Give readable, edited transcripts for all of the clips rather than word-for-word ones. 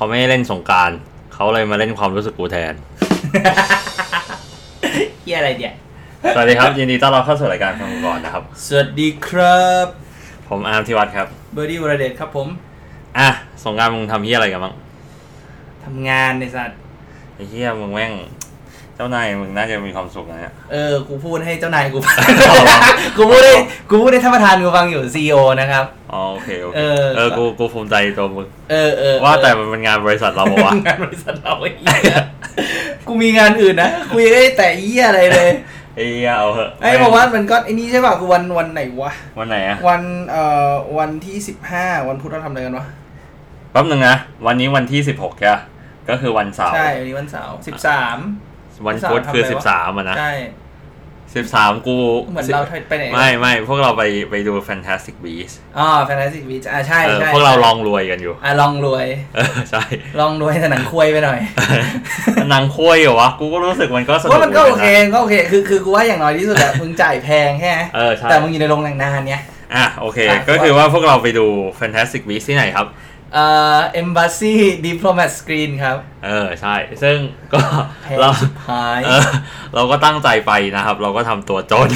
เขาไม่เล่นสงกรานต์เขาเลยมาเล่นความรู้สึกกูแทนเหี้ยอะไรเนี่ยสวัสดีครับยินดีต้อนรับเข้าสู่รายการฟังก่อนนะครับสวัสดีครับผมอาร์มธิวัฒน์ครับเบอร์ดี้วรเดชครับผมสงกรานต์มึงทำเหี้ยอะไรกันบ้างทำงานในสัตว์ไอ้เหี้ยมึงแม่งเจ้านายมึงน่าจะมีความสุขนะเนี่ยกูพูดให้เจ้านายกูฟัง กูพูดให้ท่านประธานกูฟังอยู่ CEO นะครับโอเคกูภูมิใจตัวมึงว่าแต่มันเป็นงานบริษัทเราวะงานบริษัทเราไอ้เหี้ยกูมีงานอื่นนะคุยได้แต่เหี้ยอะไรเลยเอาเหอะบอกว่ามันก็ไอ้นี่ใช่ป่ะคือวันไหนวะวันไหนอะวันที่15วันพุธเราทำอะไรกันวะแป๊บนึงนะวันนี้วันที่16ใช่ก็คือวันเสาร์ใช่วันนี้วันเสาร์13 วันพุธคือ13อ่ะนะใช่ 13กูเหมือนเราไปไหนไม่พวกเราไปดู Fantastic Beasts Fantastic Beasts ใช่พวกเราลองรวยกันอยู่ลองรวยใช่ลองรวยแต่หนังคุยไปหน่อยหนังคุยเหรอวะกูก็รู้สึกมันก็สนุกว่ามันก็โอเคคือกูว่าอย่างน้อยที่สุดอะมึงจ่ายแพงแค่แต่มึงอยู่ในโรงหนังนานเนี่ยโอเคก็คือว่าพวกเราไปดู Fantastic Beasts ที่ไหนครับ Embassy Diplomat Screen ครับใช่ซึ่งก็เราก็ตั้งใจไปนะครับเราก็ทำตัวจน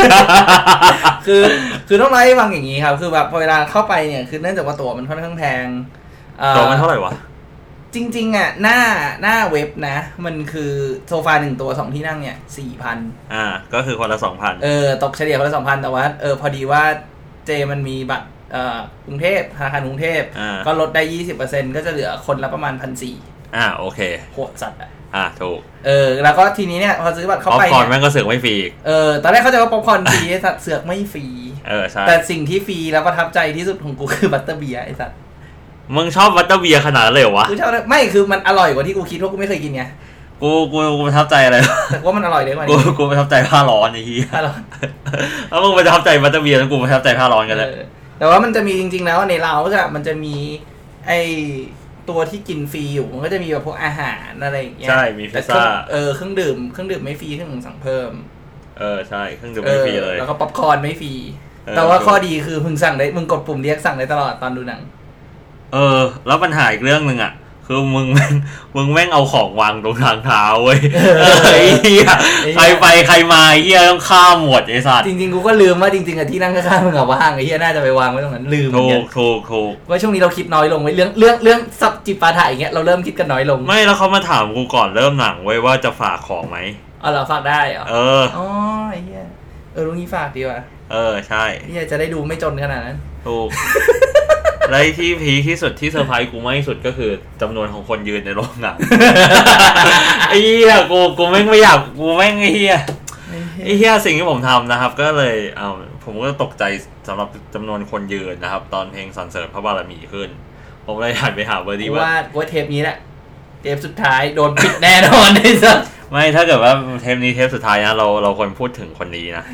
คือต้องเล่าให้ฟังอย่างนี้ครับคือแบบพอเวลาเข้าไปเนี่ยคือเนื่องจากว่าตั๋วมันค่อนข้างแพงตั๋วมันเท่าไหร่วะจริงๆอ่ะหน้าเว็บนะมันคือโซฟา1ตัว2ที่นั่งเนี่ย 4,000 ก็คือคนละ 2,000 ตกเฉลี่ยคนละ 2,000 แต่ว่าพอดีว่าเจมันมีบัตรกรุงเทพธนาคารกรุงเทพก็ลดได้ 20% ก็จะเหลือคนละประมาณ 1,400 โอเคโหดสัตว์ถูกแล้วก็ทีนี้เนี่ยพอซื้อบัตรเข้าไปป๊อปคอร์นแม่งก็เสือกไม่ฟรีตอนแรกเขาจะว่าป๊อปคอร์นฟรีไอ้สัตว์เสือกไม่ฟรีใช่แต่สิ่งที่ฟรีแล้วประทับใจที่สุดของกูคือบัตเตอร์เบียร์ไอ้สัตว์มึงชอบบัตเตอร์เบียร์ขนาดนั้นเลยเหรอวะกูชอบไม่คือมันอร่อยกว่าที่กูคิดเพราะกูไม่เคยกินไงกูประทับใจอะไรแต่ว่ามันอร่อยเลยกูประทับใจผ้าร้อนไอ้เหี้ยผ้าร้อนแล้วมึงประทับใจบัตเตอร์เบียร์แล้วกูประทับใจผ้าร้อนกันเลยแต่ว่ามันจะมีจริงๆแล้วในเราจะมันจะมีไอตัวที่กินฟรีอยู่มันก็จะมีแบบพวกอาหารอะไรอย่างเงี้ยใช่มีพิซซ่าเครื่องดื่มไม่ฟรีเครื่องดื่มสั่งเพิ่มใช่เครื่องดื่มไม่ฟรีเลยแล้วก็ป๊อปคอร์นไม่ฟรีแต่ว่าข้อดีคือมึงสั่งได้มึงกดปุ่มเรียกสั่งได้ตลอดตอนดูหนังแล้วปัญหาอีกเรื่องนึงอ่ะคือมึงแม่งเอาของวางตรงทางเท้าเว้ยใครไปใครมาเหี้ยต้องข้ามหมดไอ้สัตว์จริงๆกูก็ลืมว่าจริงๆอะที่นั่งข้างๆมึงอะว่างไอ้เหี้ยน่าจะไปวางไว้ตรงนั้นลืมถูกว่าช่วงนี้เราคิดน้อยลงไว้เรื่องสับจิปาถะอย่างเงี้ยเราเริ่มคิดกันน้อยลงไม่แล้วเขามาถามกูก่อนเริ่มหนังไว้ว่าจะฝากของไหมเราฝากได้เหรออ๋อไอ้เหี้ยลุงนี้ฝากดีว่ะใช่เหี้ยจะได้ดูไม่จนขนาดนั้นถูกและที่พีคที่สุดที่เซอร์ไพรส์กูมากที่สุดก็คือจำนวนของคนยืนในโรงหนังไอ้เหี้ยกูแม่งไม่อยากกูแม่งไอ้เหี้ยสิ่งที่ผมทำนะครับก็เลยผมก็ตกใจสำหรับจำนวนคนยืนนะครับตอนเพลงสรรเสริญพระบารมีขึ้นผมเลยหันไปหาเบอร์ดี้ว่าเทปนี้แหละเทปสุดท้ายโดนปิดแน่นอนเลยสัสไม่ถ้าเกิดว่าเทปนี้เทปสุดท้ายนะเราควรพูดถึงคนนี้นะ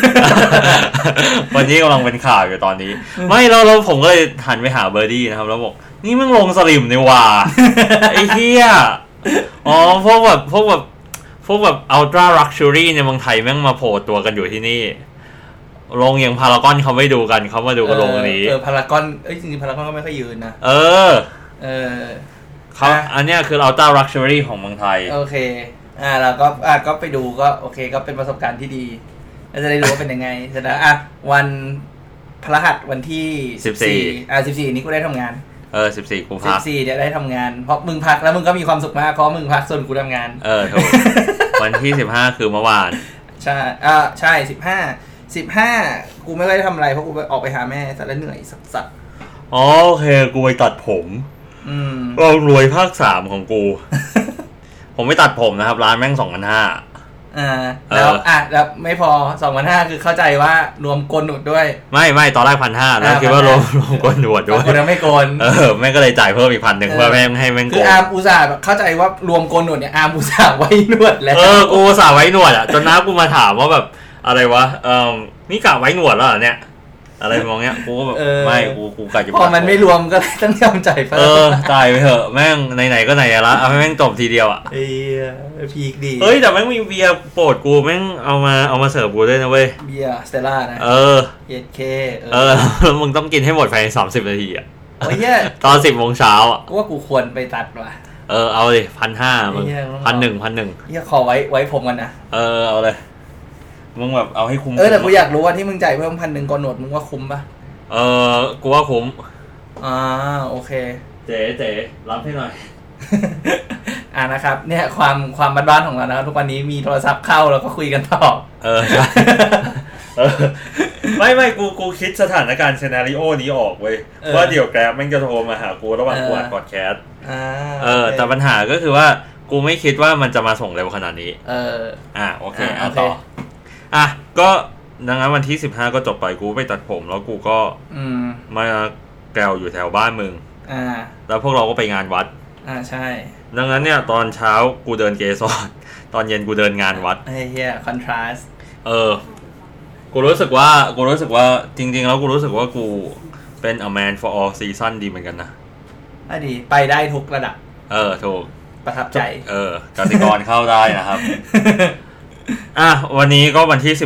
วันนี้กำลังเป็นข่าวอยู่ตอนนี้ไม่เราผมก็เลยหันไปหาเบอร์ดี้นะครับแล้วบอกนี่มึงลงสลิมนี่ว่า ไอ้เหี้ยพวกแบบอัลตร้าลักชัวรี่ในเมืองไทยแม่งมาโผล่ตัวกันอยู่ที่นี่โรงอย่างพารากอนเขาไม่ดูกันเขามาดูกันโรงนี้พารากอนจริงๆพารากอนก็ไม่ค่อยยืนนะเขาอันเนี้ยคืออัลตร้าลักชัวรี่ของเมืองไทยโอเคเราก็ไปดูก็โอเคก็เป็นประสบการณ์ที่ดีเราจะได้รู้ว่าเป็นยังไงเสร็จแล้ววันพฤหัสวันที่14นี้กูได้ทำงาน 14กูพัก 14เนี่ยได้ทำงานเพราะมึงพักแล้วมึงก็มีความสุขมากเพราะมึงพักส่วนกูทำงานถูก วันที่15คือเมื่อวานใช่ใช่15กูไม่ได้ทำอะไรเพราะกูออกไปหาแม่แต่ละเหนื่อยสัสโอเคกูไปตัดผมรวยภาค3ของกู ผมไม่ตัดผมนะครับร้านแม่ง 2,500 แล้วไม่พอ 2,500 คือเข้าใจว่ารวมโกนหนวดด้วยไม่ตอนแรก 1,500 แล้วคิดว่ารวมโกนหนวดด้วยคนไม่โกนแม่งก็เลยจ่ายเพิ่มอีก 1,000 เพื่อแม่งให้แม่งโกนคืออาร์มอุตส่าห์เข้าใจว่ารวมโกนหนวดเนี่ยอาร์มอุตส่าห์ไว้หนวดแล้วกูอุตส่าห์ไว้หนวดจนน้ากูมาถามว่าแบบอะไรวะนี่กะไว้หนวดแล้วเหรอเนี่ยอะไรมองเงี้ยกูก็แบบไม่กูกะจะพอมันไม่รวมก็ต้องยอมจ่ายเพิ่มจ่ายไปเถอะแม่งไหนๆก็ไหนละเอาให้แม่งจบทีเดียวพีคดีแต่แม่งมีเบียร์โปรดกูแม่งเอามาเสิร์ฟกูด้วยนะเว้ยเบียร์สเตลล่านะเย็ดเคแล้วมึงต้องกินให้หมดภายใน30 นาทีโอ้ยเหี้ยตอน 10 โมงเช้าอ่ะกูว่ากูควรไปตัดว่ะเอาดิ 1,500 มึง 1,100 เหี้ยขอไว้ผมกันนะเอาเลยมึงแบบเอาให้คุ้มแต่กูอยากรู้ว่าที่มึงจ่ายเพิ่ม 1,100 ก่อนโหนดมึงว่าคุ้มป่ะกูว่าคุ้มโอเคเจ๋รับให้หน่อยนะครับเนี่ยความบ้านๆของเรานะครับทุกวันนี้มีโทรศัพท์เข้าแล้วก็คุยกันต่อใช่ไม่กูคิดสถานการณ์ซีนาริโอนี้ออกเว้ยว่าเดี๋ยวแกร็บแม่งจะโทรมาหากูระหว่างกูอัดพอดแคสต์แต่ปัญหาก็คือว่ากูไม่คิดว่ามันจะมาส่งเร็วขนาดนี้โอเคต่อก็ดังนั้นวันที่15ก็จบไปกูไปตัดผมแล้วกูก็มาแกวอยู่แถวบ้านมึงแล้วพวกเราก็ไปงานวัดใช่ดังนั้นเนี่ยตอนเช้ากูเดินเกสรตอนเย็นกูเดินงานวัดเฮียคอนทราสต์กูรู้สึกว่าจริงๆแล้วกูรู้สึกว่ากูเป็น a man for all season ดีเหมือนกันนะดีไปได้ทุกระดับถูกประทับใจกสิกรเข้าได้นะครับวันนี้ก็วันที่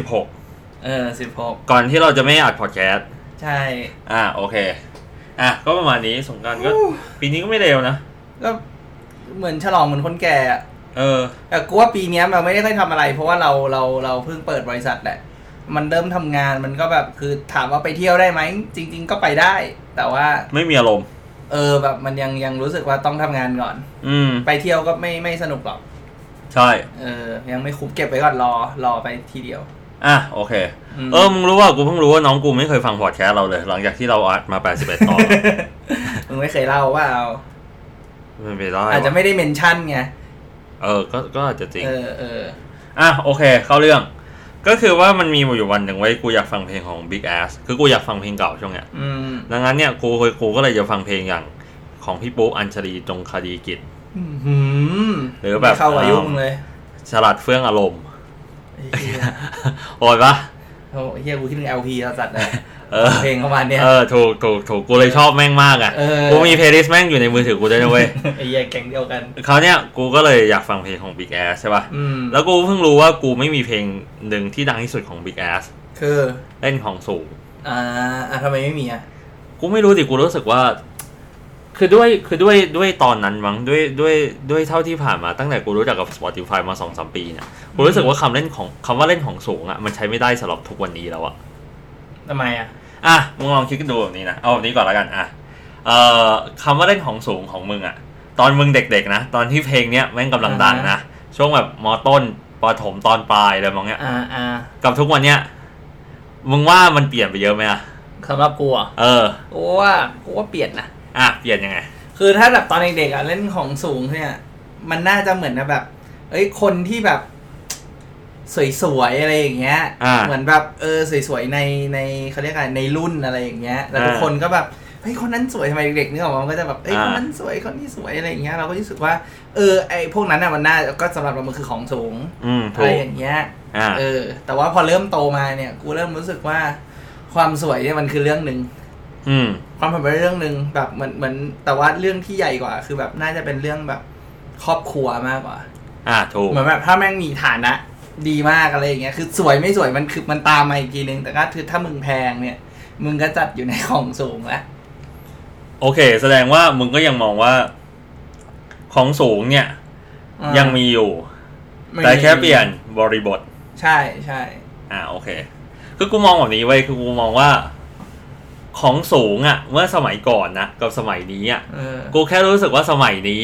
16 ก่อนที่เราจะไม่อัดพอดแคสต์ใช่โอเคก็ประมาณนี้สงกรานต์ก็ปีนี้ก็ไม่เร็วนะก็เหมือนฉลองเหมือนคนแก่แต่กูว่าปีนี้เราไม่ได้ค่อยทำอะไรเพราะว่าเราเพิ่งเปิดบริษัทแหละมันเริ่มทำงานมันก็แบบคือถามว่าไปเที่ยวได้ไหมจริงๆก็ไปได้แต่ว่าไม่มีอารมณ์แบบมันยังรู้สึกว่าต้องทำงานก่อนไปเที่ยวก็ไม่สนุกหรอกใช่ยังไม่คุ้มเก็บไว้ก่อนรอไปทีเดียวโอเคมึงรู้ว่ากูเพิ่งรู้ว่าน้องกูไม่เคยฟังพอดแคสต์เราเลยหลังจากที่เราอัดมา81 ตอนมึงไม่เคยเล่าว่าไม่ไปได้อาจจะไม่ได้เมนชั่นไงก็อาจจะจริงโอเคเข้าเรื่องก็คือว่ามันมีอยู่วันหนึ่งไว้กูอยากฟังเพลงของ Big Ass คือกูอยากฟังเพลงเก่าช่วงเนี้ยดังนั้นเนี่ยกูก็เลยจะฟังเพลงอย่างของพี่ปุ๊อัญชลีจงคดีกิจหรือแบบเข้าอายุมึงเลยฉลาดเฟื่องอารมณ์โอ้ยปะเฮียกูคิดถึง LP สัตว์เลยเพลงประมาณเนี้ยถูกกูเลยชอบแม่งมากกูมีเพลย์ลิสต์แม่งอยู่ในมือถือกูด้วยนะเว้ยไอ้เหี้ยแก๊งเดียวกันเขาเนี้ยกูก็เลยอยากฟังเพลงของ Big Ass ใช่ป่ะแล้วกูเพิ่งรู้ว่ากูไม่มีเพลงหนึ่งที่ดังที่สุดของ Big Ass คือเล่นของสูงทำไมไม่มีกูไม่รู้ดิกูรู้สึกว่าคือด้วยตอนนั้นมั้งด้วยเท่าที่ผ่านมาตั้งแต่กูรู้จักกับ Spotify มา 2-3 ปีเนี่ยกูรู้สึกว่าคำว่าเล่นของสูงมันใช้ไม่ได้สำหรับทุกวันนี้แล้วทำไมมึงลองคิดกันดูแบบนี้นะเอาแบบนี้ก่อนแล้วกันคำว่าเล่นของสูงของมึงตอนมึงเด็กๆนะตอนที่เพลงเนี้ยแม่งกำลังดังนะช่วงแบบม.ต้นประถมตอนปลายอะไรมองเงี้ยกับทุกวันเนี้ยมึงว่ามันเปลี่ยนไปเยอะไหมสำหรับกูกูว่าเปลี่ยนนะเปลี่ยนยังไงคือถ้าแบบตอนเด็กๆเล่นของสูงเนี่ยมันน่าจะเหมือนแบบคนที่แบบสวยๆอะไรอย่างเงี้ยเหมือนแบบสวยๆในเขาเรียกอะไรในรุ่นอะไรอย่างเงี้ยแล้วทุกคนก็แบบคนนั้นสวยทำไมเด็กๆนึกออกมามันก็จะแบบคนนั้นสวยคนนี้สวยอะไรอย่างเงี้ยเราก็รู้สึกว่าไอ้พวกนั้นมันน่าก็สำหรับเรามันคือของสูงอะไรอย่างเงี้ยแต่ว่าพอเริ่มโตมาเนี่ยกูเริ่มรู้สึกว่าความสวยเนี่ยมันคือเรื่องนึงความเป็นเรื่องนึงแบบเหมือนแต่ว่าเรื่องที่ใหญ่กว่าคือแบบน่าจะเป็นเรื่องแบบครอบครัวมากกว่าถูกเหมือนแบบถ้าแม่งมีฐานะดีมากอะไรอย่างเงี้ยคือสวยไม่สวยมันคือมันตามมาอีกทีนึงแต่ก็คือถ้ามึงแพงเนี่ยมึงก็จัดอยู่ในของสูงแล้วโอเคแสดงว่ามึงก็ยังมองว่าของสูงเนี่ยยังมีอยู่แต่แค่เปลี่ยนบริบทใช่โอเคคือกูมองแบบนี้ไว้คือกูมองว่าของสูงเมื่อสมัยก่อนนะกับสมัยนี้กูแค่รู้สึกว่าสมัยนี้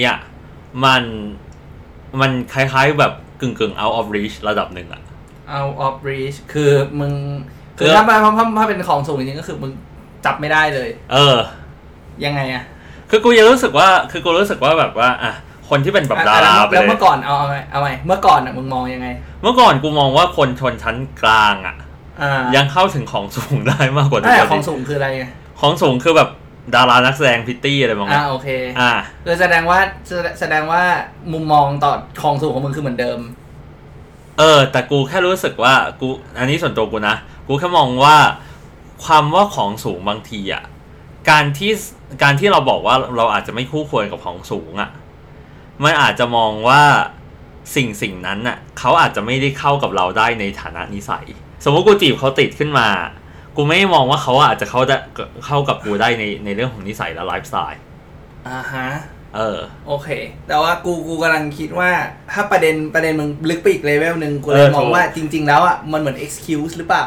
มันคล้ายๆแบบกึ่ง out of reach ระดับหนึ่ง out of reach คือมึงคือถ้าเป็นของสูงจริงๆก็คือมึงจับไม่ได้เลยยังไงคือกูรู้สึกว่าแบบว่าคนที่เป็นแบบดาราไปเลยแล้วเมื่อก่อนเอาไงเมื่อก่อนมึงมองยังไงเมื่อก่อนกูมองว่าคนชนชั้นกลางยังเข้าถึงของสูงได้มากกว่าของสูงคืออะไรของสูงคือแบบดารานักแสดงพิตตี้อะไรบางอย่างโอเคคือแสดงว่ามุมมองต่อของสูงของมึงคือเหมือนเดิมแต่กูแค่รู้สึกว่ากูอันนี้ส่วนตัวกูนะกูแค่มองว่าความว่าของสูงบางทีการที่เราบอกว่าเราอาจจะไม่คู่ควรกับของสูงมันอาจจะมองว่าสิ่งนั้นเขาอาจจะไม่ได้เข้ากับเราได้ในฐานะนิสัยสมมติกูจีบเขาติดขึ้นมากูไม่มองว่าเขาอาจจะเข้ากับกูได้ในเรื่องของนิสัยและไลฟ์สไตล์ฮะโอเคแต่ว่ากูกำลังคิดว่าถ้าประเด็นมึงลึกไปอีกเลเวลนึงกูเลยมองว่าจริงๆแล้วอ่ะมันเหมือน excuse หรือเปล่า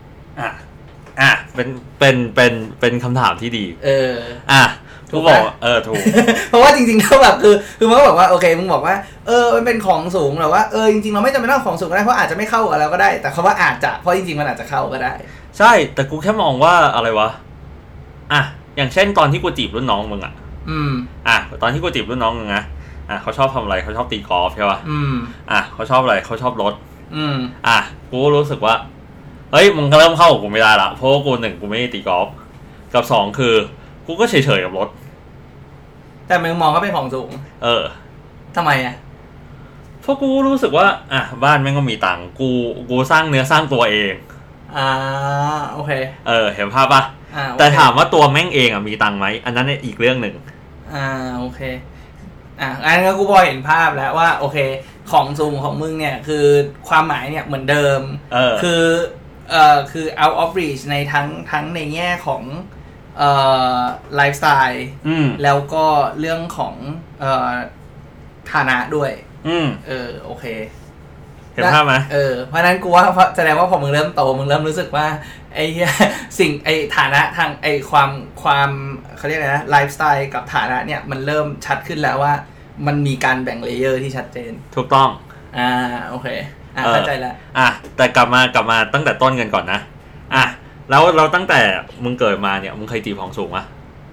เป็นคำถามที่ดีถูกบอกถูกเพราะว่าจริงๆแล้วแบบคือมันก็บอกว่าโอเคมึงบอกว่ามันเป็นของสูงหรือว่าจริงๆเราไม่จำเป็นต้องของสูงก็ได้เพราะอาจจะไม่เข้ากับเราก็ได้แต่คำว่าอาจจะเพราะจริงๆมันอาจจะเข้าก็ได้ใช่แต่กูแค่มองว่าอะไรวะอย่างเช่นตอนที่กูจีบรุ่นน้องมึงตอนที่กูจีบรุ่นน้องมึงนะเขาชอบทำอะไรเขาชอบตีกอล์ฟใช่ป่ะเขาชอบอะไรเขาชอบรถกูรู้สึกว่าเฮ้ยมึงก็เริ่มเข้ากับกูไม่ได้ละเพราะว่ากู1กูไม่ได้ตีกอล์ฟกับ2คือกูก็เฉยๆกับรถแต่มึงมองก็เป็นของสูงทำไมเพราะกูรู้สึกว่าบ้านแม่งก็มีตังค์กูสร้างเนื้อสร้างตัวเองโอเคเห็นภาพป่ะแต่ถามว่าตัวแม่งเองมีตังค์ไหมอันนั้นอีกเรื่องหนึ่งโอเคอันนั้นกูพอเห็นภาพแล้วว่าโอเคของสูงของมึงเนี่ยคือความหมายเนี่ยเหมือนเดิมคือ out of reach ในทั้งในแง่ของไลฟ์สไตล์แล้วก็เรื่องของฐานะด้วยโอเคเห็นภาพไหมเพราะนั้นกูว่าแสดงว่าพอมึงเริ่มโตมึงเริ่มรู้สึกว่าไอ้สิ่งไอ้ฐานะทางไอ้ความเขาเรียกอะไรนะไลฟ์สไตล์กับฐานะเนี่ยมันเริ่มชัดขึ้นแล้วว่ามันมีการแบ่งเลเยอร์ที่ชัดเจนถูกต้องโอเคเข้าใจแล้วแต่กลับมาตั้งแต่ต้นกันก่อนนะแล้วเราตั้งแต่มึงเกิดมาเนี่ยมึงเคยจีบของสูงป่ะ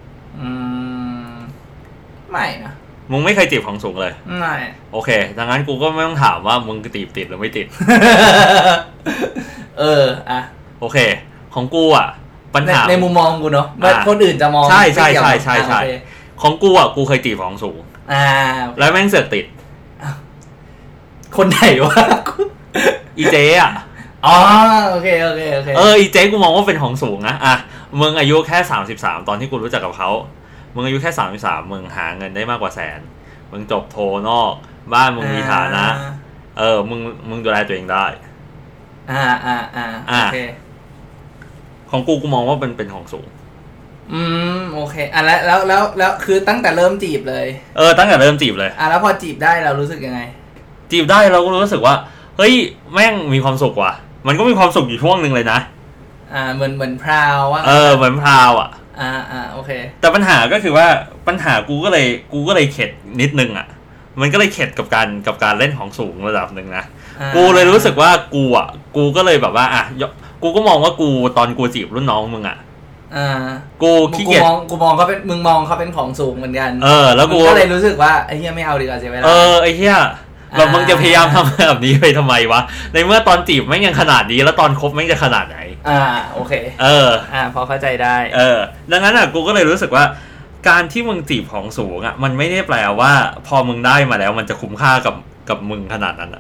ไม่นะมึงไม่เคยจีบของสูงเลยไม่โอเคดังนั้นกูก็ไม่ต้องถามว่ามึงจีบติดหรือไม่ติดโอเคของกูปัญหาในมุมมองกูเนาะคนอื่นจะมองใช่ของกูกูเคยจีบของสูงแล้วแม่งเสือกติดคนไหนวะอีเจโอเคอีเจกูมองว่าเป็นของสูงนะมึงอายุแค่33ตอนที่กูรู้จักกับเขามึงอายุแค่33มึงหาเงินได้มากกว่าแสนมึงจบโทนอกบ้านมึงมีฐานะมึงดูแลตัวเองได้โอเคของกูมองว่าเป็นของสูงโอเคแล้วคือตั้งแต่เริ่มจีบเลยตั้งแต่เริ่มจีบเลยแล้วพอจีบได้เรารู้สึกยังไงจีบได้เราก็รู้สึกว่าเฮ้ยแม่งมีความสุขว่ะมันก็มีความสุขอยู่ช่วงนึงเลยนะเหมือนพราวเหมือนพราวโอเคแต่ปัญหาก็คือว่าปัญหากูก็เลยเข็ดนิดนึงมันก็เลยเข็ดกับการเล่นของสูงระดับนึงนะกูเลยรู้สึกว่ากูก็เลยแบบว่ากูก็มองว่ากูตอนกูจีบรุ่นน้องมึงกูขี้เกียจกูมองเขาเป็นมึงมองเขาเป็นของสูงเหมือนกันแล้วกูก็เลยรู้สึกว่าไอ้เหี้ยไม่เอาดีกว่าเสียเวลาไอ้เหี้ยแบบมึงจะพยายามทำแบบนี้ไปทำไมวะในเมื่อตอนจีบไม่ยังขนาดนี้แล้วตอนคบไม่จะขนาดไหนโอเคพอเข้าใจได้ดังนั้นกูก็เลยรู้สึกว่าการที่มึงจีบของสูงมันไม่ได้แปลว่าพอมึงได้มาแล้วมันจะคุ้มค่ากับมึงขนาดนั้น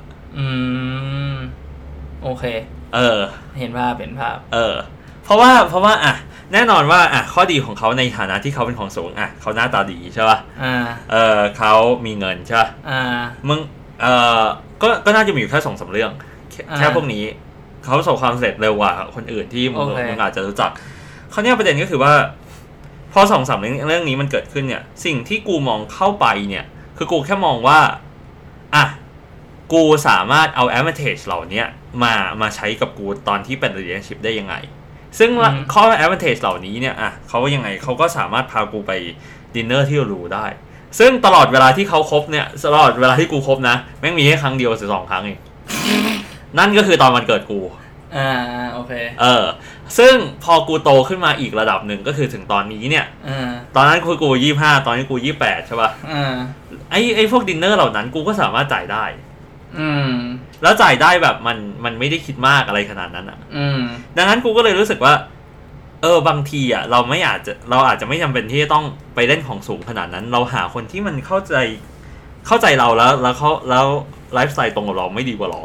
โอเคเห็นภาพเพราะว่าแน่นอนว่าข้อดีของเขาในฐานะที่เขาเป็นของสูงเขาหน้าตาดีใช่ป่ะเขามีเงินใช่ป่ะมึงก็น่าจะมีอยู่แค่2-3เรื่องแค่พวกนี้เขาประสบความสำเร็จเร็วกว่าคนอื่นที่มึงอาจจะรู้จักเขาเนี่ยประเด็นก็คือว่าพอ2-3เรื่องนี้มันเกิดขึ้นเนี่ยสิ่งที่กูมองเข้าไปเนี่ยคือกูแค่มองว่ากูสามารถเอา advantage เหล่านี้มาใช้กับกูตอนที่เป็น relationship ได้ยังไงซึ่งข้อ advantage เหล่านี้เนี่ยเขายังไงเขาก็สามารถพากูไปดินเนอร์ที่หรูได้ซึ่งตลอดเวลาที่เขาคบเนี่ยตลอดเวลาที่กูคบนะแม่งมีแค่ครั้งเดียวหรือ2 ครั้งเองนั่นก็คือตอนวันเกิดกูโอเคซึ่งพอกูโตขึ้นมาอีกระดับหนึ่งก็คือถึงตอนนี้เนี่ยตอนนั้นกู25ตอนนี้กู28ใช่ป่ะไอ้พวกดินเนอร์เหล่านั้นกูก็สามารถจ่ายได้แล้วจ่ายได้แบบมันไม่ได้คิดมากอะไรขนาดนั้นดังนั้นกูก็เลยรู้สึกว่าบางทีเราอาจจะไม่จำเป็นที่จะต้องไปเล่นของสูงขนาดนั้นเราหาคนที่มันเข้าใจเราแล้วไลฟ์สไตล์ตรงกับเราไม่ดีกว่าหรอ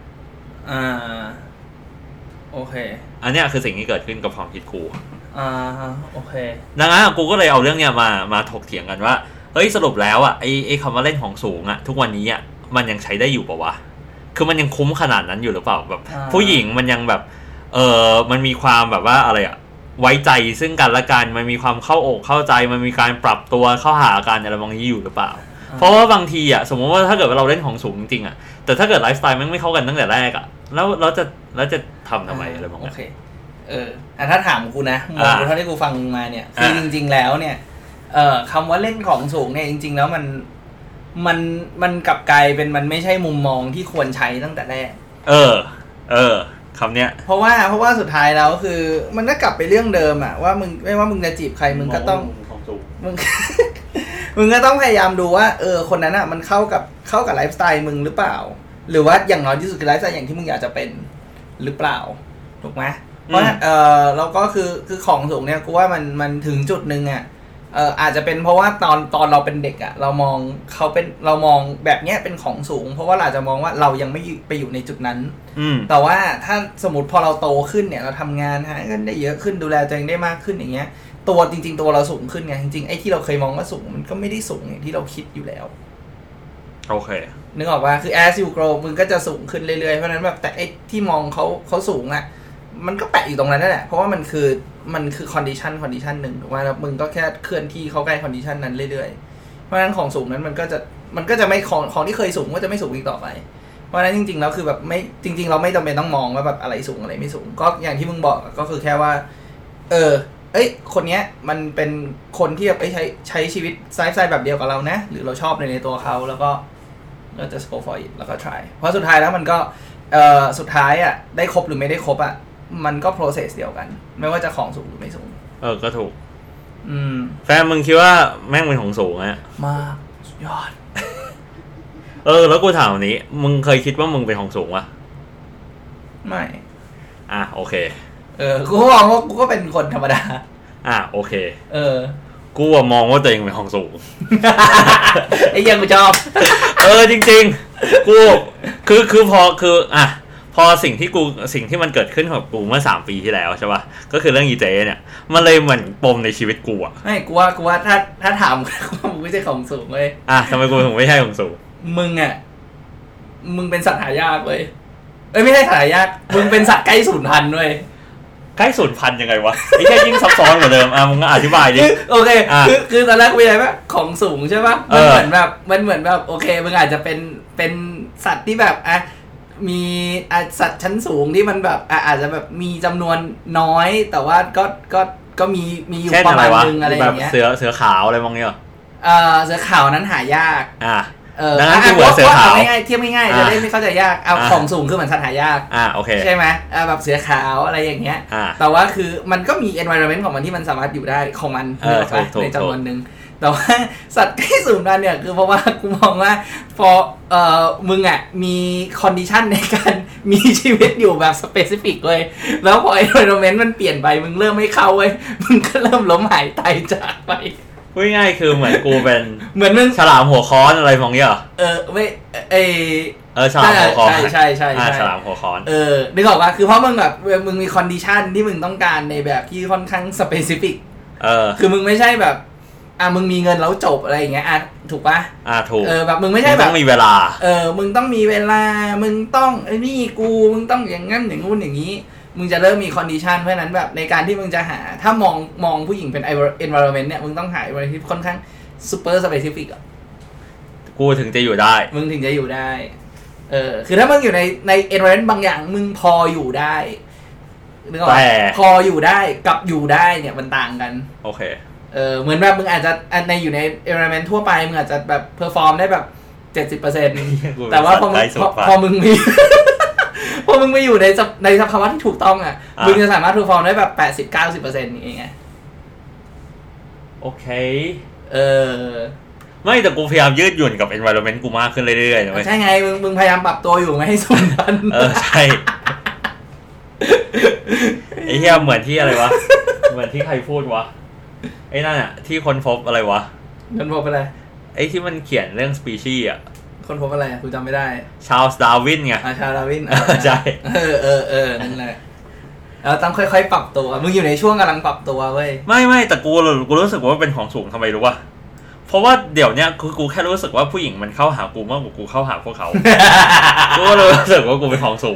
โอเคอันนี้คือสิ่งที่เกิดขึ้นกับความคิดกูโอเคดังนั้นกูก็เลยเอาเรื่องเนี้ยมาถกเถียงกันว่าเฮ้ยสรุปแล้วไอ้คำว่าเล่นของสูงทุกวันนี้มันยังใช้ได้อยู่ป่าววะคือมันยังคุ้มขนาดนั้นอยู่หรือเปล่าแบบผู้หญิงมันยังแบบมันมีความแบบว่าอะไรอะไว้ใจซึ่งกันและกันมันมีความเข้าอกเข้าใจมันมีการปรับตัวเข้าหากันอะไรบางอย่างอยู่หรือเปล่าเพราะว่าบางทีอะสมมติว่าถ้าเกิดว่าเราเล่นของสูงจริงๆอะแต่ถ้าเกิดไลฟ์สไตล์มันไม่เข้ากันตั้งแต่แรกอะแล้วจะทำไมอะไรบางอย่างโอเคถ้าถามกูนะมองเท่าที่กูฟังมาเนี่ยคือจริงๆแล้วเนี่ยคำว่าเล่นของสูงเนี่ยจริงๆแล้วมันกลับกลายเป็นมันไม่ใช่มุมมองที่ควรใช้ตั้งแต่แรกคำเนี้ยเพราะว่าสุดท้ายแล้วคือมันก็กลับไปเรื่องเดิมอะว่ามึงไม่ว่ามึงจะจีบใครมึงก็ต้องมึงก็ต้องพยายามดูว่าคนนั้นอะมันเข้ากับไลฟ์สไตล์มึงหรือเปล่าหรือว่าอย่างน้อยที่สุดคือไลฟ์สไตล์อย่างที่มึงอยากจะเป็นหรือเปล่าถูกไหมเพราะเราก็คือของสูงเนี่ยกูว่ามันถึงจุดนึงอะอาจจะเป็นเพราะว่าตอนเราเป็นเด็กอะเรามองแบบเนี้ยเป็นของสูงเพราะว่าเราอาจจะมองว่าเรายังไม่ไปอยู่ในจุดนั้นแต่ว่าถ้าสมมติพอเราโตขึ้นเนี่ยเราทำงานหาเงินได้เยอะขึ้นดูแลตัวเองได้มากขึ้นอย่างเงี้ยตัวจริงๆตัวเราสูงขึ้นไงจริงๆไอ้ที่เราเคยมองว่าสูงมันก็ไม่ได้สูงอย่างที่เราคิดอยู่แล้วโอเคนึกออกว่าคือ as you grow มึงก็จะสูงขึ้นเรื่อยๆเพราะนั้นแบบแต่ไอ้ที่มองเขาสูงอะมันก็แปะอยู่ตรงนั้นนั่นแหละเพราะว่ามันคือคอนดิชันหนึ่งถูกไหมแล้วมึงก็แค่เคลื่อนที่เข้าใกล้คอนดิชันนั้นเรื่อยๆเพราะฉะนั้นของสูงนั้นมันก็จะไม่ของที่เคยสูงก็จะไม่สูงอีกต่อไปเพราะฉะนั้นจริงๆแล้วคือแบบไม่จริงๆเราไม่จำเป็นต้องมองว่าแบบอะไรสูงอะไรไม่สูงก็อย่างที่มึงบอกก็คือแค่ว่าคนเนี้ยมันเป็นคนที่แบบใช้ชีวิตไซส์แบบเดียวกับเรานะหรือเราชอบในตัวเขาแล้วก็เราจะ go for it แล้วก็ try เพราะสุดท้ายแล้วมันก็สุดท้ายอ่ะได้ครบหรือไม่ได้ครบอ่ะมันก็ process เดียวกันไม่ว่าจะของสูงหรือไม่สูงก็ถูกแฟนมึงคิดว่าแม่งเป็นของสูงไหมมากยอดแล้วกูถามวันนี้มึงเคยคิดว่ามึงเป็นของสูงวะไม่โอเคกูมองว่ากูก็เป็นคนธรรมดาโอเคกูมองว่าตัวเองเป็นของสูงไอ้ยังกูชอบจริงๆกูคือพอสิ่งที่มันเกิดขึ้นของกูเมื่อ3 ปีที่แล้วใช่ป่ะก็คือเรื่องอีเจเนี่ยมันเลยเหมือนปมในชีวิตกูไม่กูว่าถ้าถามว่ามึงไม่ใช่ของสูงเว้ยทำไมกูถึงไม่ใช่ของสูงมึงเป็นสัตว์หายากเว้ยไม่ใช่สัตว์หายากมึงเป็นสัตว์ใกล้สูญพันธุ์เว้ยใกล้สูญพันธุ์ยังไงวะไอ้แค่ยิ่งซับซ้อนกว่าเดิมมึงก็อธิบายดิโอเคคือตอนแรกกูเลยว่าของสูงใช่ป่ะมันเหมือนแบบโอเคมึงอาจจะเป็นสัตว์ที่แบบมีสัตว์ชั้นสูงที่มันแบบอาจจะแบบมีจำนวนน้อยแต่ว่าก็มีอยู่ประมาณนึงอะไรอย่างเงี้ยเสือขาวอะไรมองเงี้ยเสือขาวนั้นหายากนั่นคือเสือขาวง่ายๆเทียบง่ายๆจะได้ไม่เข้าใจยากเอาของสูงคือเหมือนสัตว์หายากโอเคใช่ไหมแบบเสือขาวอะไรอย่างเงี้ยแต่ว่าคือมันก็มี environment ของมันที่มันสามารถอยู่ได้ของมันในจำนวนนึงแต่ว่าสัตว์ใกล้สูญพันธุ์เนี่ยคือเพราะว่ากูมองว่าพอมึงมีคอนดิชันในการมีชีวิตอยู่แบบสเปซิฟิกเลยแล้วพอ environment มันเปลี่ยนไปมึงเริ่มไม่เข้าเว้ยมึงก็เริ่มล้มหายตายจากไปพูดง่ายคือเหมือนกูเป็นเหมือนมึงฉลามหัวค้อนอะไรมองเงี้ยไม่ฉลามหัวค้อนใช่ฉลามหัวค้อนนึกออกป่ะคือเพราะมึงแบบมึงมีคอนดิชันที่มึงต้องการในแบบที่ค่อนข้างสเปซิฟิกคือมึงไม่ใช่แบบมึงมีเงินแล้วจบอะไรอย่างเงี้ยถูกป่ะถูกแบบมึงไม่ใช่แบบต้องมีเวลามึงต้องมีเวลามึงต้องนี่มึงต้องอย่างงั้นอย่างงู้นอย่างงี้มึงจะเริ่มมีคอนดิชันเพราะนั้นแบบในการที่มึงจะหาถ้ามองผู้หญิงเป็น environment เนี่ยมึงต้องหา environment ที่ค่อนข้าง super specific กูถึงจะอยู่ได้มึงถึงจะอยู่ได้คือถ้ามึงอยู่ใน environment บางอย่างมึงพออยู่ได้นึกออกพออยู่ได้กับอยู่ได้เนี่ยมันต่างกันโอเคเหมือนแบบมึงอาจจะอยู่ใน environment ทั่วไปมึงอาจจะแบบ perform ได้แบบ 70% แต่ว่าพอมึงมีพอมึงไปอยู่ในสภาวะที่ถูกต้องมึงจะสามารถ perform ได้แบบ 80-90% อย่างเงี้ยโอเคไม่แต่กูพยายามยืดหยุ่นกับ environment กูมากขึ้นเรื่อยๆใช่ไงมึงพยายามปรับตัวอยู่ไม่ให้สูญพันธุ์ใช่ไอ้เหี้ยเหมือนที่อะไรวะเหมือนที่ใครพูดวะไอ้นั่นที่คนพบอะไรวะคนพบอะไรไอ้ที่มันเขียนเรื่อง species คนพบอะไรกูจำไม่ได้ชาร์ลส์ดาร์วินไงชาร์ลส์ดาร์วินใช่นั่นแหละแล้วต้องค่อยๆปรับตัวมึงอยู่ในช่วงกำลังปรับตัวเว้ยไม่แต่กูรู้สึกว่าเป็นของสูงทำไมรู้ป่ะเพราะว่าเดี๋ยวเนี้ยกูแค่รู้สึกว่าผู้หญิงมันเข้าหากูมากกว่ากูเข้าหาพวกเขา กูรู้สึกว่ากูเป็นของสูง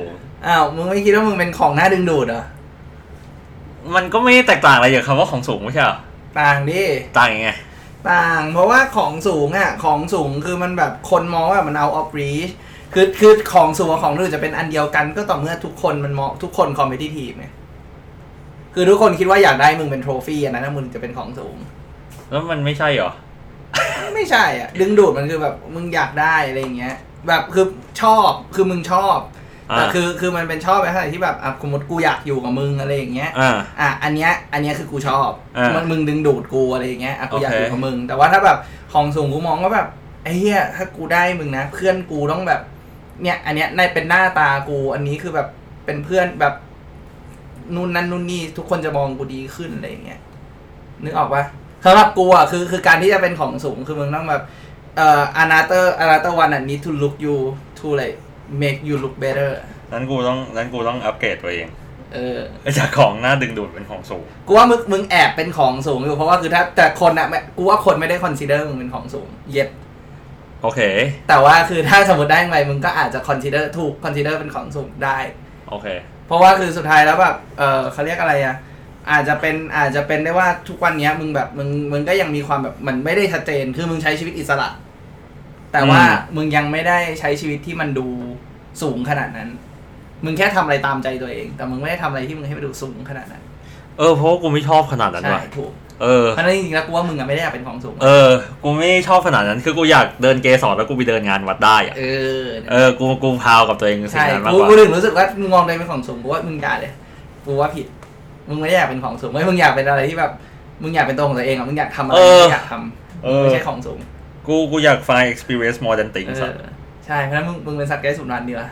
อ้าวมึงไม่คิดว่ามึงเป็นของน่าดึงดูดเหรอมันก็ไม่แตกต่างอะไรจากคำว่าของสูงไม่ใช่หรอต่างดิต่างยังไงต่างเพราะว่าของสูงอ่ะของสูงคือมันแบบคนมองว่ามันเอาออฟรีชคือของสูงกับของอื่นจะเป็นอันเดียวกันก็ต่อเมื่อทุกคนมันมองทุกคนคอมเพทิทีฟไงคือทุกคนคิดว่าอยากได้มึงเป็นโทรฟี่อันนั้นมึงจะเป็นของสูงแล้วมันไม่ใช่หรอไม่ใช่อ่ะดึงดูดมันคือแบบมึงอยากได้อะไรอย่างเงี้ยแบบคือชอบคือมึงชอบแต่คือมันเป็นชอบในขณะที่แบบสมมติกูอยากอยู่กับมึงอะไรอย่างเงี้ยอันเนี้ยคือกูชอบมึงดึงดูดกูอะไรอย่างเงี้ยกูอยากอยู่กับมึงแต่ว่าถ้าแบบของสูงกูมองว่าแบบไอ้เหี้ยถ้ากูได้มึงนะเพื่อนกูต้องแบบเนี่ยอันเนี้ยในเป็นหน้าตากูอันนี้คือแบบเป็นเพื่อนแบบนู่นนั่นนู่นนี่ทุกคนจะมองกูดีขึ้นอะไรอย่างเงี้ยนึกออกปะสำหรับกูอ่ะคือการที่จะเป็นของสูงคือมึงต้องแบบanother one that need to look you to like make you look better นั้นกูต้องอัปเกรดตัวเองจากของน่าดึงดูดเป็นของสูงกูว่ามึงแอบเป็นของสูงอยู่เพราะว่าคือถ้าแต่คนอ่ะกูว่าคนไม่ได้ consider มึงเป็นของสูงเย็บโอเคแต่ว่าคือถ้าสมมติได้ไงมึงก็อาจจะ consider เป็นของสูงได้โอเคเพราะว่าคือสุดท้ายแล้วแบบเขาเรียกอะไรอ่ะอาจจะเป็นได้ว่าทุกวันนี้มึงแบบมึงก็ยังมีความแบบมันไม่ได้ชัดเจนคือมึงใช้ชีวิตอิสระแต่ว่ามึงยังไม่ได้ใช้ชีวิตที่มันดูสูงขนาดนั้นมึงแค่ทำอะไรตามใจตัวเองแต่มึงไม่ได้ทำอะไรที่มึงให้มันดูสูงขนาดนั้นเพราะกูไม่ชอบขนาดนั้นว่ะใช่ถูกเพราะนั้นจริงๆแล้วกูว่ามึงอะไม่ได้อยากเป็นของสูงกูไม่ชอบขนาดนั้นคือกูอยากเดินเกสรแล้วกูไปเดินงานวัดได้อะกูพาวกับตัวเองสิ่งนั้นมากกว่ากูถึงรู้สึกว่ามึงมองตัวเองเป็นของสูงกูว่ามึงด่าเลยกูว่าผิดมึงไม่ได้อยากเป็นของสูงไม่มึงอยากเป็นอะไรที่แบบมึงอยากเป็นตัวของตัวเองอ่ะมึงอยากทำอะไรที่อยากทำไม่ใช่ของสูงกูอยาก find experience more than things ใช่เพราะฉะนั้นมึงเป็นสัตว์ใกล้สูญพันธุ์ดีกว่า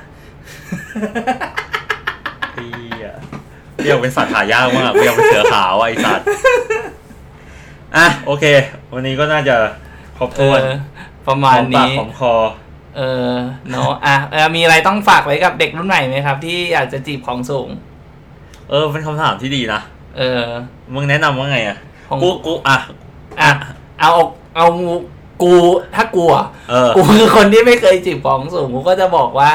เดี๋ยวเป็นสัตว์หายากมากเดี๋ยวเป็นเสือขาวไอ้สัตว์โอเควันนี้ก็น่าจะครบถ้วนประมาณนี้ของคอเนาะมีอะไรต้องฝากไว้กับเด็กรุ่นใหม่ไหมครับที่อยากจะจีบของสูงเป็นคำถามที่ดีนะมึงแนะนำว่าไงกูเอากูถ้ากูกูคือคนที่ไม่เคยจีบของสูงกูก็จะบอกว่า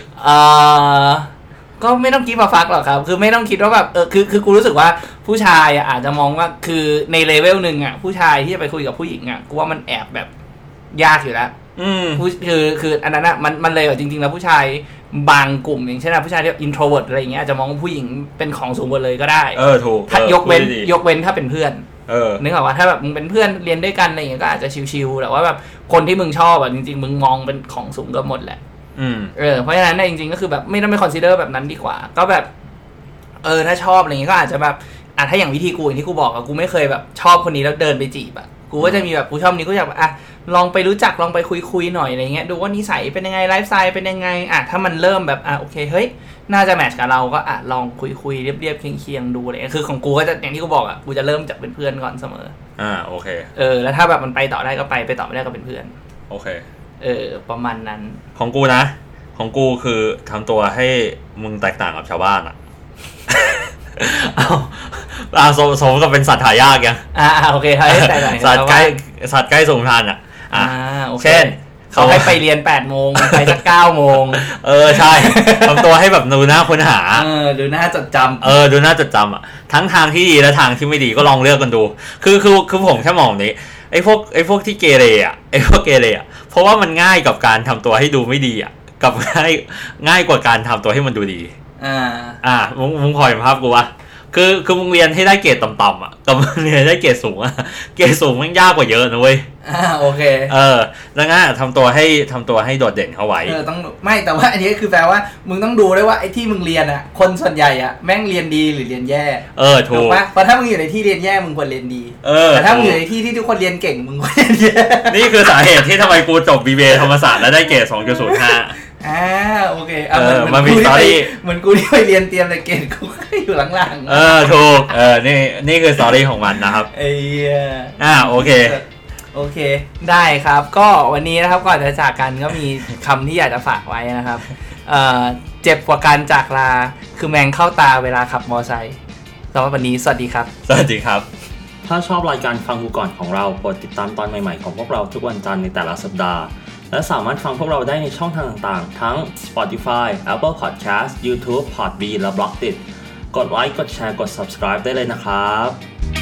ก็ไม่ต้องคิดมาฟักหรอกครับคือไม่ต้องคิดว่าแบบคือกูรู้สึกว่าผู้ชายอาจจะมองว่าคือในเลเวลนึงผู้ชายที่จะไปคุยกับผู้หญิงกูว่ามันแอบแบบยากอยู่แล้วคืออันนั้นมันเลยจริงๆแล้วผู้ชายบางกลุ่มอย่างเช่นผู้ชายที่ introvert อะไรอย่างเงี้ยอาจจะมองว่าผู้หญิงเป็นของสูงหมดเลยก็ได้ถูกถ้ายกเว้นถ้าเป็นเพื่อนนึกออกว่าถ้าแบบมึงเป็นเพื่อนเรียนด้วยกันอะไรอย่างเงี้ยก็อาจจะชิวๆแต่ว่าแบบคนที่มึงชอบจริงๆมึงมองเป็นของสูงก็หมดแหละเพราะฉะนั้นจริงๆก็คือแบบไม่ต้องไป consider แบบนั้นดีกว่าก็แบบถ้าชอบอะไรเงี้ยก็อาจจะแบบถ้าอย่างวิธีกูอย่างที่กูบอกกูไม่เคยแบบชอบคนนี้แล้วเดินไปจีบกูก็จะมีแบบกูชอบนี้ก็อยากลองไปรู้จักลองไปคุยหน่อยอะไรเงี้ยดูว่านิสัยเป็นยังไงไลฟ์สไตล์เป็นยังไงถ้ามันเริ่มแบบโอเคเฮ้ยน่าจะแมทช์กับเราก็ลองคุยเรียบๆเคียงๆดูเลยคือของกูก็จะอย่างที่กูบอกกูจะเริ่มจากเป็นเพื่อนก่อนเสมอโอเคแล้วถ้าแบบมันไปต่อได้ก็ไปต่อไม่ได้ก็เป็นเพื่อนโอเคประมาณนั้นของกูนะของกูคือทำตัวให้มึงแตกต่างกับชาวบ้านสมกับเป็นสัตว์หายากยังโอเคให้แตกต่างสัตว์ใกล้สูญพันธุ์เช่นเขาให้ไปเรียน 8 โมงไปสัก 9 โมงใช่ทำตัวให้แบบดูน่าค้นหาดูน่าจดจำดูน่าจดจำทั้งทางที่ดีและทางที่ไม่ดีก็ลองเลือกกันดูคือผมแค่มองนี้ไอ้พวกที่เกเรเพราะว่ามันง่ายกับการทำตัวให้ดูไม่ดีกับง่ายกว่าการทำตัวให้มันดูดีมึงพอเห็นภาพกูวะคือมึงเรียนให้ได้เกรดต่ำๆกับมึงเรียนได้เกรดสูงเกรดสูงมันยากกว่าเยอะนะเว้ยโอเคแล้วงั้นทำตัวให้โดดเด่นเข้าไว้ต้องไม่แต่ว่าอันนี้คือแปลว่ามึงต้องดูด้วยว่าไอ้ที่มึงเรียนคนส่วนใหญ่แม่งเรียนดีหรือเรียนแย่ถูกป่ะเพราะถ้ามึงอยู่ในที่เรียนแย่มึงควรเรียนดีแต่ถ้ามึงอยู่ในที่ทุกคนเรียนเก่งมึงควรเรียนแย่นี่คือสาเหตุที่ทำไมกูจบ BBA ธรรมศาสตร์แล้วได้เกรด 2.05 โอเคมันมีสตอรี่เหมือนกูที่ไปเรียนเตรียมแต่เกรดกูอยู่หลังๆถูกนี่คือสตอรี่ของมันนะครับโอเคได้ครับก็วันนี้นะครับก่อนจะจากกันก็มีคำที่อยากจะฝากไว้นะครับเจ็บกว่าการจากลาคือแมงเข้าตาเวลาขับมอไซค์สำหรับวันนี้สวัสดีครับสวัสดีครับถ้าชอบรายการฟังกูก่อนของเราโปรดติดตามตอนใหม่ๆของพวกเราทุกวันจันทร์ในแต่ละสัปดาห์และสามารถฟังพวกเราได้ในช่องทางต่างๆทั้ง Spotify, Apple Podcast, YouTube, Podbean และ Blogdit กดไลค์กดแชร์กด Subscribe ได้เลยนะครับ